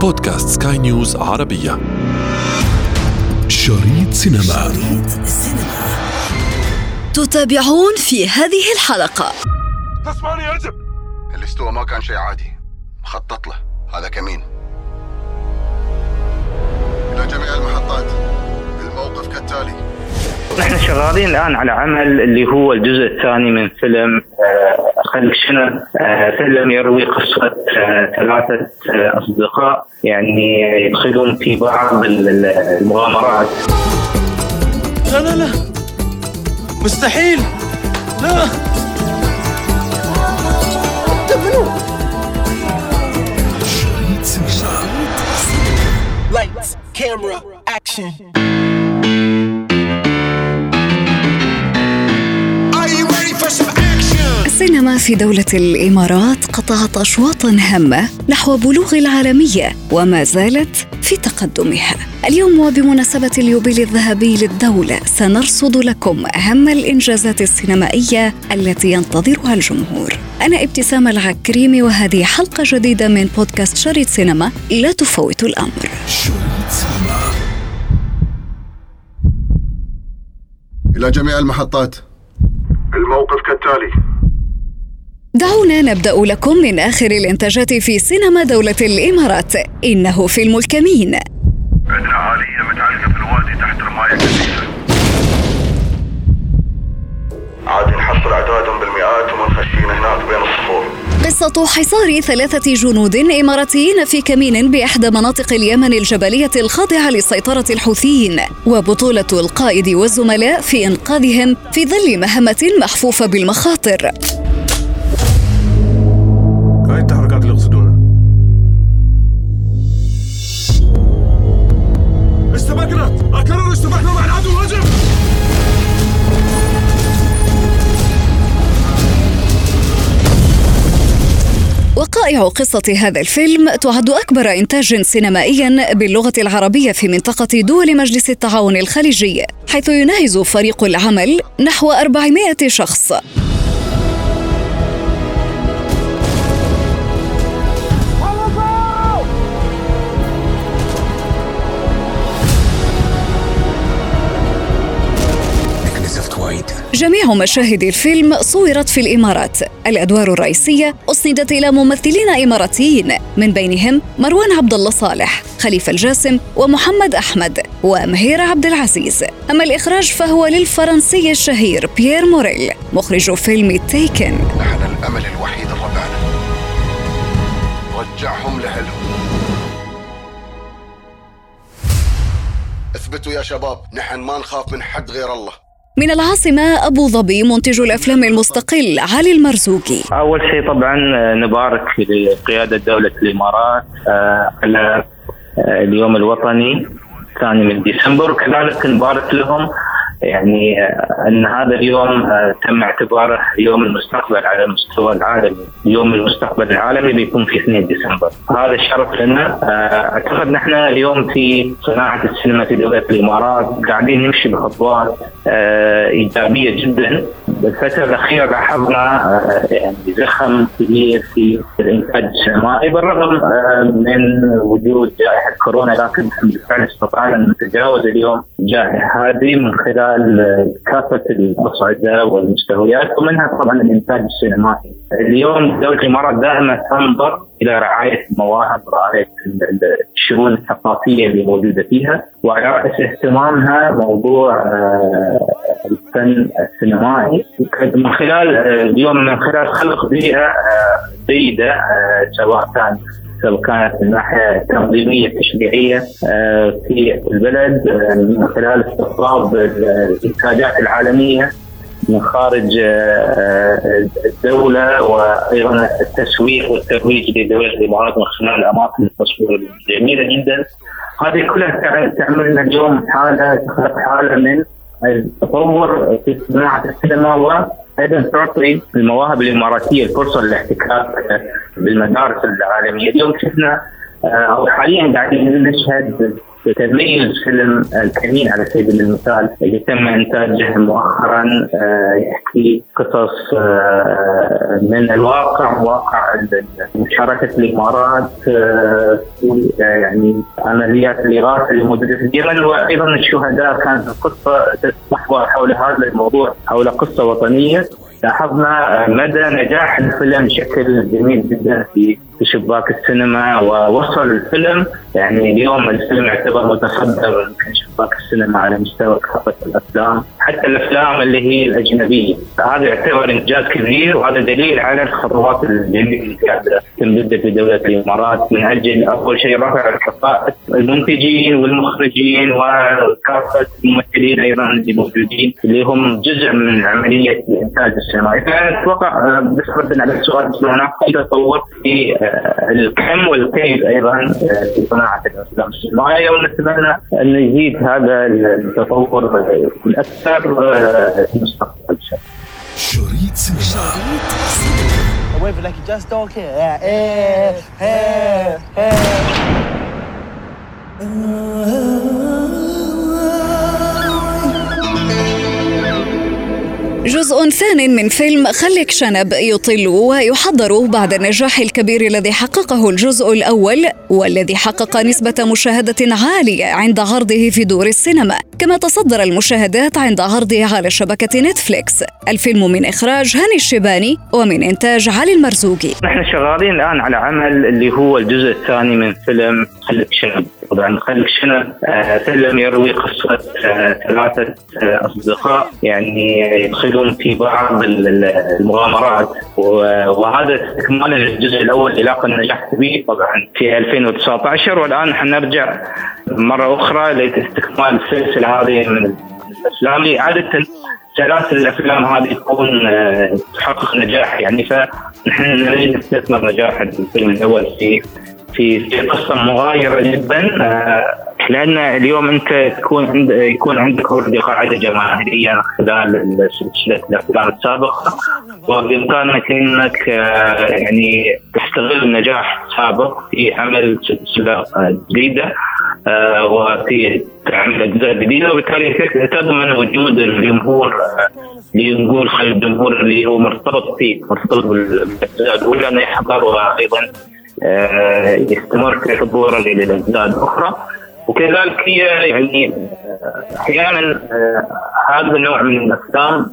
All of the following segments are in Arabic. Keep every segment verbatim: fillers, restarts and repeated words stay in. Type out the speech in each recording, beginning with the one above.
بودكاست سكاي نيوز عربية. شريط سينما. شريط السينما. تتابعون في هذه الحلقة. تسمعني يا رجل؟ الاستواء ما كان شيء عادي، مخطط له، هذا كمين. إلى جميع المحطات، الموقف كالتالي. نحن شغالين الآن على عمل اللي هو الجزء الثاني من فيلم خليك شنو، فيلم يروي قصة ثلاثة أصدقاء يعني يدخلون في بعض المغامرات. لا لا لا مستحيل، لا تبنوا. Lights, camera, action. السينما في دولة الإمارات قطعت أشواطاً هامة نحو بلوغ العالمية وما زالت في تقدمها. اليوم وبمناسبة اليوبيل الذهبي للدولة سنرصد لكم أهم الإنجازات السينمائية التي ينتظرها الجمهور. أنا ابتسام العكريمي وهذه حلقة جديدة من بودكاست شريط سينما، لا تفوتوا الأمر. شريط سينما. إلى جميع المحطات، الموقف كالتالي. دعونا نبدأ لكم من آخر الإنتاجات في سينما دولة الإمارات. إنه فيلم الكمين. عندنا عالية متعلقة في الوادي تحت رماية كثيرة، عاد نحصل أعدادهم بالمئات ومنخشين هناك بين الصفوف. قصة حصار ثلاثة جنود إماراتيين في كمين بإحدى مناطق اليمن الجبلية الخاضعة لسيطرة الحوثيين، وبطولة القائد والزملاء في إنقاذهم في ظل مهمة محفوفة بالمخاطر. هاي التحركات اللي يقصدونها. استبقنا، أكرر استبقنا مع العدو. هجم. وقائع قصة هذا الفيلم تعد أكبر إنتاج سينمائياً باللغة العربية في منطقة دول مجلس التعاون الخليجي، حيث يناهز فريق العمل نحو أربعمائة شخص. جميع مشاهد الفيلم صورت في الإمارات. الأدوار الرئيسية أسندت إلى ممثلين إماراتيين، من بينهم مروان عبد الله صالح، خليفة الجاسم، ومحمد أحمد، ومهير عبد العزيز. أما الإخراج فهو للفرنسي الشهير بيير موريل، مخرج فيلم تيكن. نحن الأمل الوحيد الربعنا، رجعهم لأهلهم. اثبتوا يا شباب، نحن ما نخاف من حد غير الله. من العاصمة أبو ظبي منتج الأفلام المستقل علي المرزوقي. أول شيء طبعا نبارك لقيادة دولة الإمارات على اليوم الوطني الثاني من ديسمبر، وكذلك نبارك لهم يعني أن هذا اليوم تم اعتباره يوم المستقبل على مستوى العالم. يوم المستقبل العالمي بيكون في اثنين ديسمبر، هذا الشرف لنا. أعتقد نحن اليوم في صناعة السينما في دولة الإمارات قاعدين نمشي بخطوات إيجابية جدا. بالفترة الأخيرة لاحظنا يعني زخم كبير في الإنتاج السينمائي بالرغم من وجود جائحة كورونا، لكن بالفعل استطعنا أن نتجاوز اليوم الجائحة هذه من خلال كافة الأصعدة والمستويات، ومنها طبعا الإنتاج السينمائي. اليوم دولة الإمارات دائما تنظر إلى رعاية المواهب، رعاية الشؤون الثقافية اللي موجودة فيها، وعلى رأس اهتمامها موضوع الفن السينمائي من خلال اليوم من خلال خلق بيئة جيدة، سواء كان سواء كانت من الناحية التنظيمية التشريعية في البلد، من خلال استقطاب الإنتاجات العالمية من خارج الدولة، وأيضا التسويق والترويج لدولة الإمارات من خلال أماكن التصوير الجميلة جدا. هذه كلها تعملنا اليوم حالة تخلق حالة من التطور في صناعة السينما، وأيضا تعطي المواهب الإماراتية الفرصة للاحتكاك بالمدارس العالمية. اليوم شفنا أو حاليا قاعدين نشهد تميز فيلم الكمين على سبيل المثال اللي تم إنتاجه مؤخرا يحكي قصص من الواقع، واقع مشاركة الإمارات في يعني عمليات الإغاثة اللي موجودة في اليمن، وأيضا الشهداء. كانت القصة تحور حول هذا الموضوع، حول قصة وطنية. لاحظنا مدى نجاح الفيلم بشكل جميل جدا في شباك السينما، ووصل الفيلم يعني اليوم الفيلم يعتبر متصدر من شباك السينما على مستوى كافة الأفلام، حتى الأفلام اللي هي الأجنبية. هذا يعتبر إنجاز كبير، وهذا دليل على الخطوات الجميلة اللي قاعدة تمتد في دولة الإمارات من أجل أول شيء رفع كفاءة المنتجين والمخرجين وكافة الممثلين أيضا اللي موجودين اللي هم جزء من عملية إنتاج السينما. أتوقع بس على السؤال هناك تطور في الكم والكيف أيضا في صناعة الأفلام السينمائية، ونتمنى أن يزيد هذا التطور الأكثر في المستقبل. شريط سينما. Wave like you just don't care. Hey, hey, hey. جزء ثان من فيلم خلك شنب يطل ويحضر بعد النجاح الكبير الذي حققه الجزء الأول، والذي حقق نسبة مشاهدة عالية عند عرضه في دور السينما، كما تصدر المشاهدات عند عرضه على شبكة نتفليكس. الفيلم من إخراج هاني الشيباني ومن إنتاج علي المرزوقي. نحن شغالين الآن على عمل اللي هو الجزء الثاني من فيلم خلك شنب. طبعا خلك شنب آه فيلم يروي قصة آه ثلاثة آه أصدقاء يعني يدخلون في بعض المغامرات، وهذا استكمالا للجزء الأول اللي لاقى النجاح كبير طبعا في ألفين وتسعة عشر، والآن حنرجع مرة أخرى لاستكمال السلسلة هذه من الأفلام. عادة سلاسل الأفلام هذه تكون تحقق نجاح يعني، فنحن نريد نستثمر نجاح الفيلم الأول في في في قصة مغايرة جدا، لأن اليوم أنت تكون عند يكون عندك ورد قاعدة جماهيرية خلال سلسلة الأفلام السابقة، وبإمكانك أنك يعني تستغل النجاح السابق في عمل سلسلة جديدة وفي عمل أجزاء جديدة، وبالتالي تضمن وجود الجمهور اللي نقول خلي الجمهور اللي هو مرتبط فيه مرتبط بالأجزاء الأولى أنه يحضر وأيضا يستمر في حضوره للأجزاء الأخرى. وكذلك هي يعني أحيانا هذا النوع من الأفلام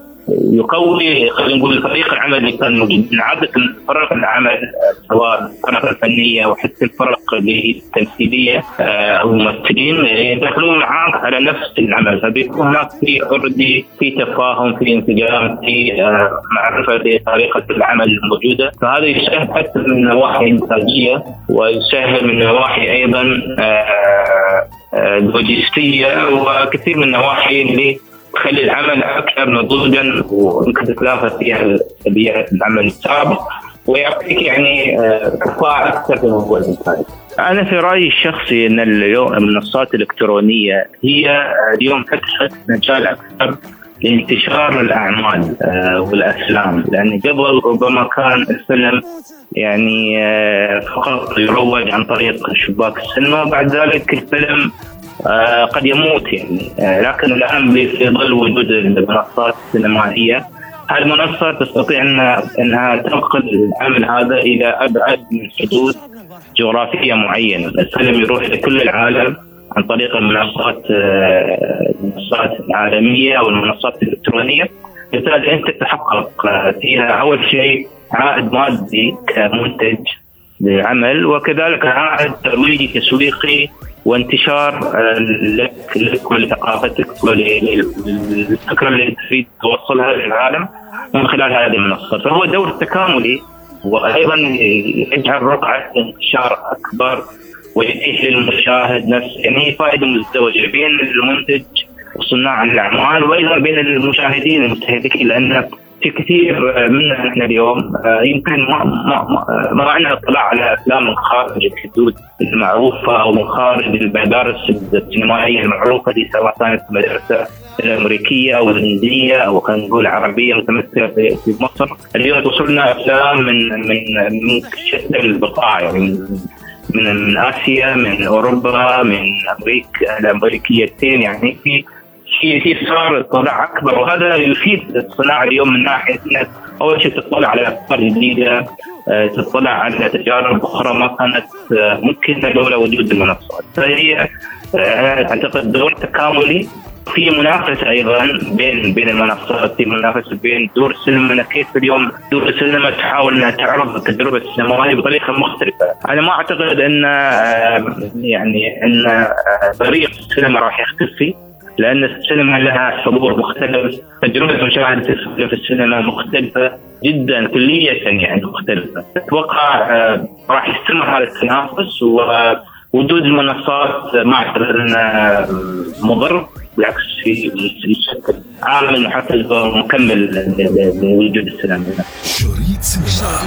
يقوي خلينا نقول فريق العمل اللي كان موجود. عادة فرق العمل سواء الفرق الفنية وحتى الفرق التمثيلية أو الممثلين يدخلون معاك على نفس العمل، فبيكون هناك في أردي في تفاهم في انسجام في معرفة بطريقة العمل الموجودة، فهذا يسهل حتى من نواحي إنتاجية ويسهل من نواحي أيضا لوجستية وكثير من النواحي اللي تخلي العمل أكثر نضوجا ويمكن تتلافى فيها سلبيات العمل السابق ويعطيك يعني كفاءة أكثر في موضوع الإنتاج. أنا في رأيي الشخصي أن اليوم المنصات الإلكترونية هي اليوم فتحت مجال أكثر لانتشار الأعمال والأفلام، لأن قبل ربما كان الفيلم يعني فقط يروج عن طريق شباك السينما، وبعد ذلك الفيلم آه قد يموت يعني. آه لكن الآن في ظل وجود المنصات السينمائية، هالمنصة تستطيع أنها, أنها تنقل العمل هذا إلى أبعد من حدود جغرافية معينة. الفيلم يروح لكل العالم عن طريق المنصات آه المنصات العالمية أو المنصات الإلكترونية، بالتالي أنت تتحقق فيها أول شيء عائد مادي كمنتج للعمل، وكذلك عائد ترويجي تسويقي وانتشار لك لك ولثقافتك وللفكرة اللي تريد توصلها للعالم من خلال هذه المنصة. فهو دور تكاملي، وأيضا يجعل رقعة انتشار أكبر ويتيح للمشاهد نفس يعني فائدة مزدوجة بين المنتج وصناع الأعمال وأيضا بين المشاهدين المستهدفين، لأن في كثير منا نحن اليوم يمكن ما ما ما عندنا اطلاع على افلام من خارج الحدود المعروفه او من خارج المدارس السينمائيه المعروفه دي، سواء كانت المدرسه الامريكيه او الهنديه او خلينا نقول عربيه متمثله في مصر. اليوم توصلنا افلام من من من شتى البقاع يعني من من آسيا، من أوروبا، من أمريكا الأمريكيتين. يعني في في في صار اطلاع أكبر، وهذا يفيد الصناعة اليوم من ناحية إنك أول شيء تطلع على أفكار جديدة، تطلع على تجارب أخرى ما كانت ممكنة لولا وجود المنصات. فهي أعتقد دور تكاملي، في منافسة أيضا بين بين المنصات، في منافسة بين دور السينما. كيف اليوم دور السينما تحاول أنها تعرض التجربة السينمائية بطريقة مختلفة. أنا ما أعتقد أن يعني أن طريق السينما راح يختفي، لأن السينما لها حضور مختلف، تجربة مشاهدة في السينما مختلفة جدا كلية، يعني مختلفة. أتوقع راح يستمر هذا التنافس، ووجود المنصات ما أعتقد أنه مضر، بالعكس يشكل عامل محفز ومكمل لوجود السينما. شريط سينما.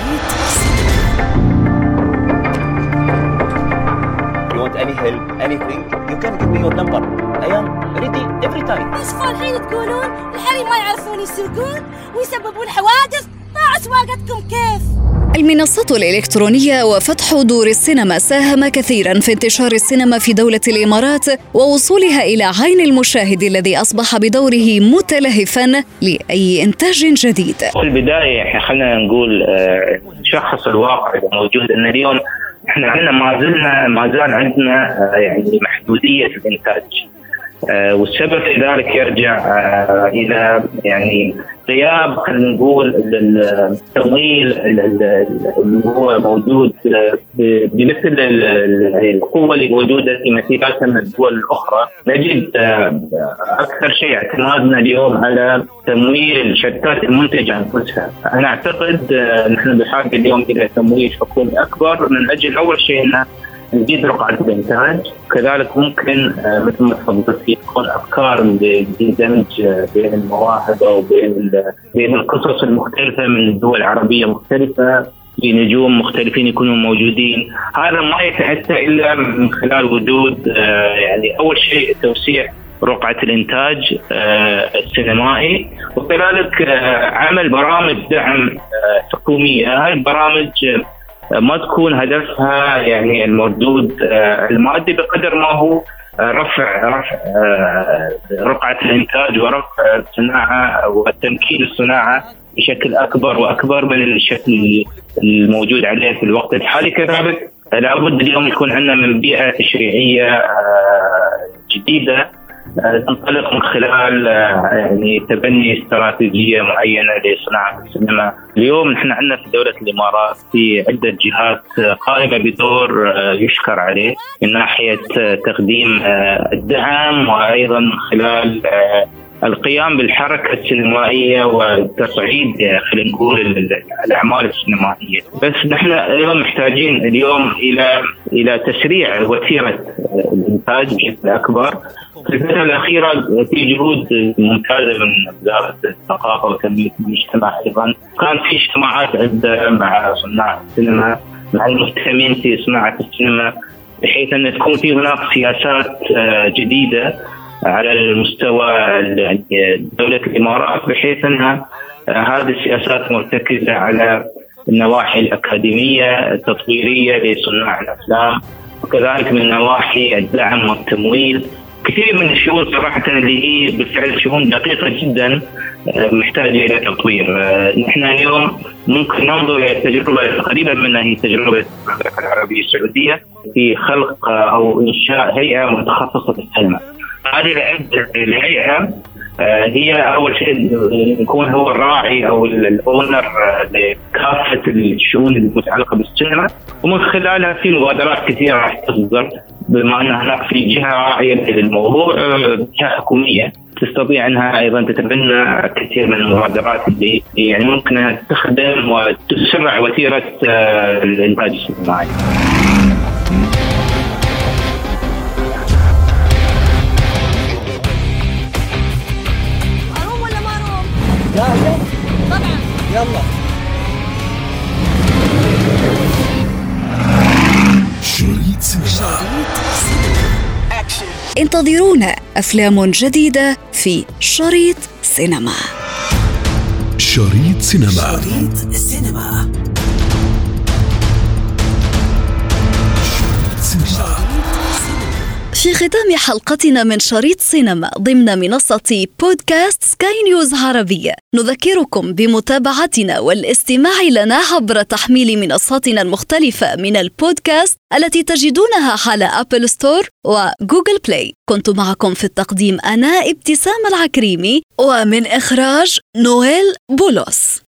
You want any help, anything, you can give me your number. I am ready every time. ايش فالحين تقولون؟ الحريم ما يعرفون يسوقون ويسببون حوادث؟ ضاعوا سواقتكم كيف؟ المنصات الإلكترونية وفتح دور السينما ساهم كثيراً في انتشار السينما في دولة الإمارات ووصولها إلى عين المشاهد الذي أصبح بدوره متلهفاً لأي إنتاج جديد. في البداية خلينا نقول شخص الواقع موجود أن اليوم إحنا عندنا ما زلنا ما زال عندنا يعني محدودية في الإنتاج، والسبب في ذلك يرجع إلى يعني غياب خلينا نقول التمويل اللي هو موجود بمثل القوة اللي موجودة في مثيلات من الدول الأخرى. نجد أكثر شيء اعتمادنا اليوم على تمويل الشركات المنتجة أنفسها. أنا أعتقد نحن بحاجة اليوم إلى تمويل حكومي أكبر من أجل أول شيء أنه نزيد رقعة الإنتاج، كذلك ممكن مثل ما تفضلت يكون أفكار لدمج بين المواهب أو بين بين القصص المختلفة من الدول العربية مختلفة، بنجوم مختلفين يكونوا موجودين. هذا ما يتأتى إلا من خلال وجود يعني أول شيء توسيع رقعة الإنتاج السينمائي، وكذلك عمل برامج دعم حكومية. هاي البرامج ما تكون هدفها يعني المردود المادي بقدر ما هو رفع رفع رقعة الإنتاج ورفع الصناعة وتمكين الصناعة بشكل أكبر وأكبر من الشكل الموجود عليه في الوقت الحالي. كذلك لابد اليوم يكون عندنا من بيئة تشريعية جديدة تنطلق من خلال يعني تبني استراتيجية معينة لصناعة السينما. اليوم نحن عندنا في دولة الإمارات في عدة جهات قائمة بدور يشكر عليه من ناحية تقديم الدعم، وأيضا من خلال القيام بالحركة السينمائية وتصعيد خلينا نقول الأعمال السينمائية. بس نحن اليوم محتاجين اليوم إلى إلى تسريع وتيرة الإنتاج بشكل أكبر. في الفترة الأخيرة في جهود ممتازة من وزارة الثقافة وتنمية المجتمع، أيضا كان في اجتماعات عدة مع صناع السينما، مع المهتمين في صناعة السينما، بحيث أن تكون في هناك سياسات جديدة على المستوى دولة الإمارات، بحيث أنها هذه السياسات مرتكزة على النواحي الأكاديمية التطويرية لصناع الأفلام، وكذلك من نواحي الدعم والتمويل. كثير من الشؤون صراحة اللي هي بالفعل شؤون دقيقة جدا محتاجة إلى تطوير. نحن اليوم ممكن ننظر إلى تجربة قريبة منها هي تجربة المملكة العربية السعودية في خلق أو إنشاء هيئة متخصصة في السينما. هذه الهيئة هي أول شيء يكون هو الراعي أو الأونر لكافة الشؤون المتعلقة بالسينما، ومن خلالها في مبادرات كثيرة راح تصدر، بما أن هناك في جهة راعية للموضوع، جهة حكومية تستطيع أنها أيضا تتبنى كثير من المبادرات اللي يعني ممكن أن تخدم وتسرع وتيرة الإنتاج السينمائي. جاهزة؟ طبعا يلا. شريط سينما. انتظرونا أفلام جديدة في شريط سينما. شريط سينما. شريط سينما. في ختام حلقتنا من شريط سينما ضمن منصة بودكاست سكاي نيوز عربية، نذكركم بمتابعتنا والاستماع لنا عبر تحميل منصاتنا المختلفة من البودكاست التي تجدونها على أبل ستور وجوجل بلاي. كنت معكم في التقديم أنا ابتسام العكريمي، ومن إخراج نويل بولوس.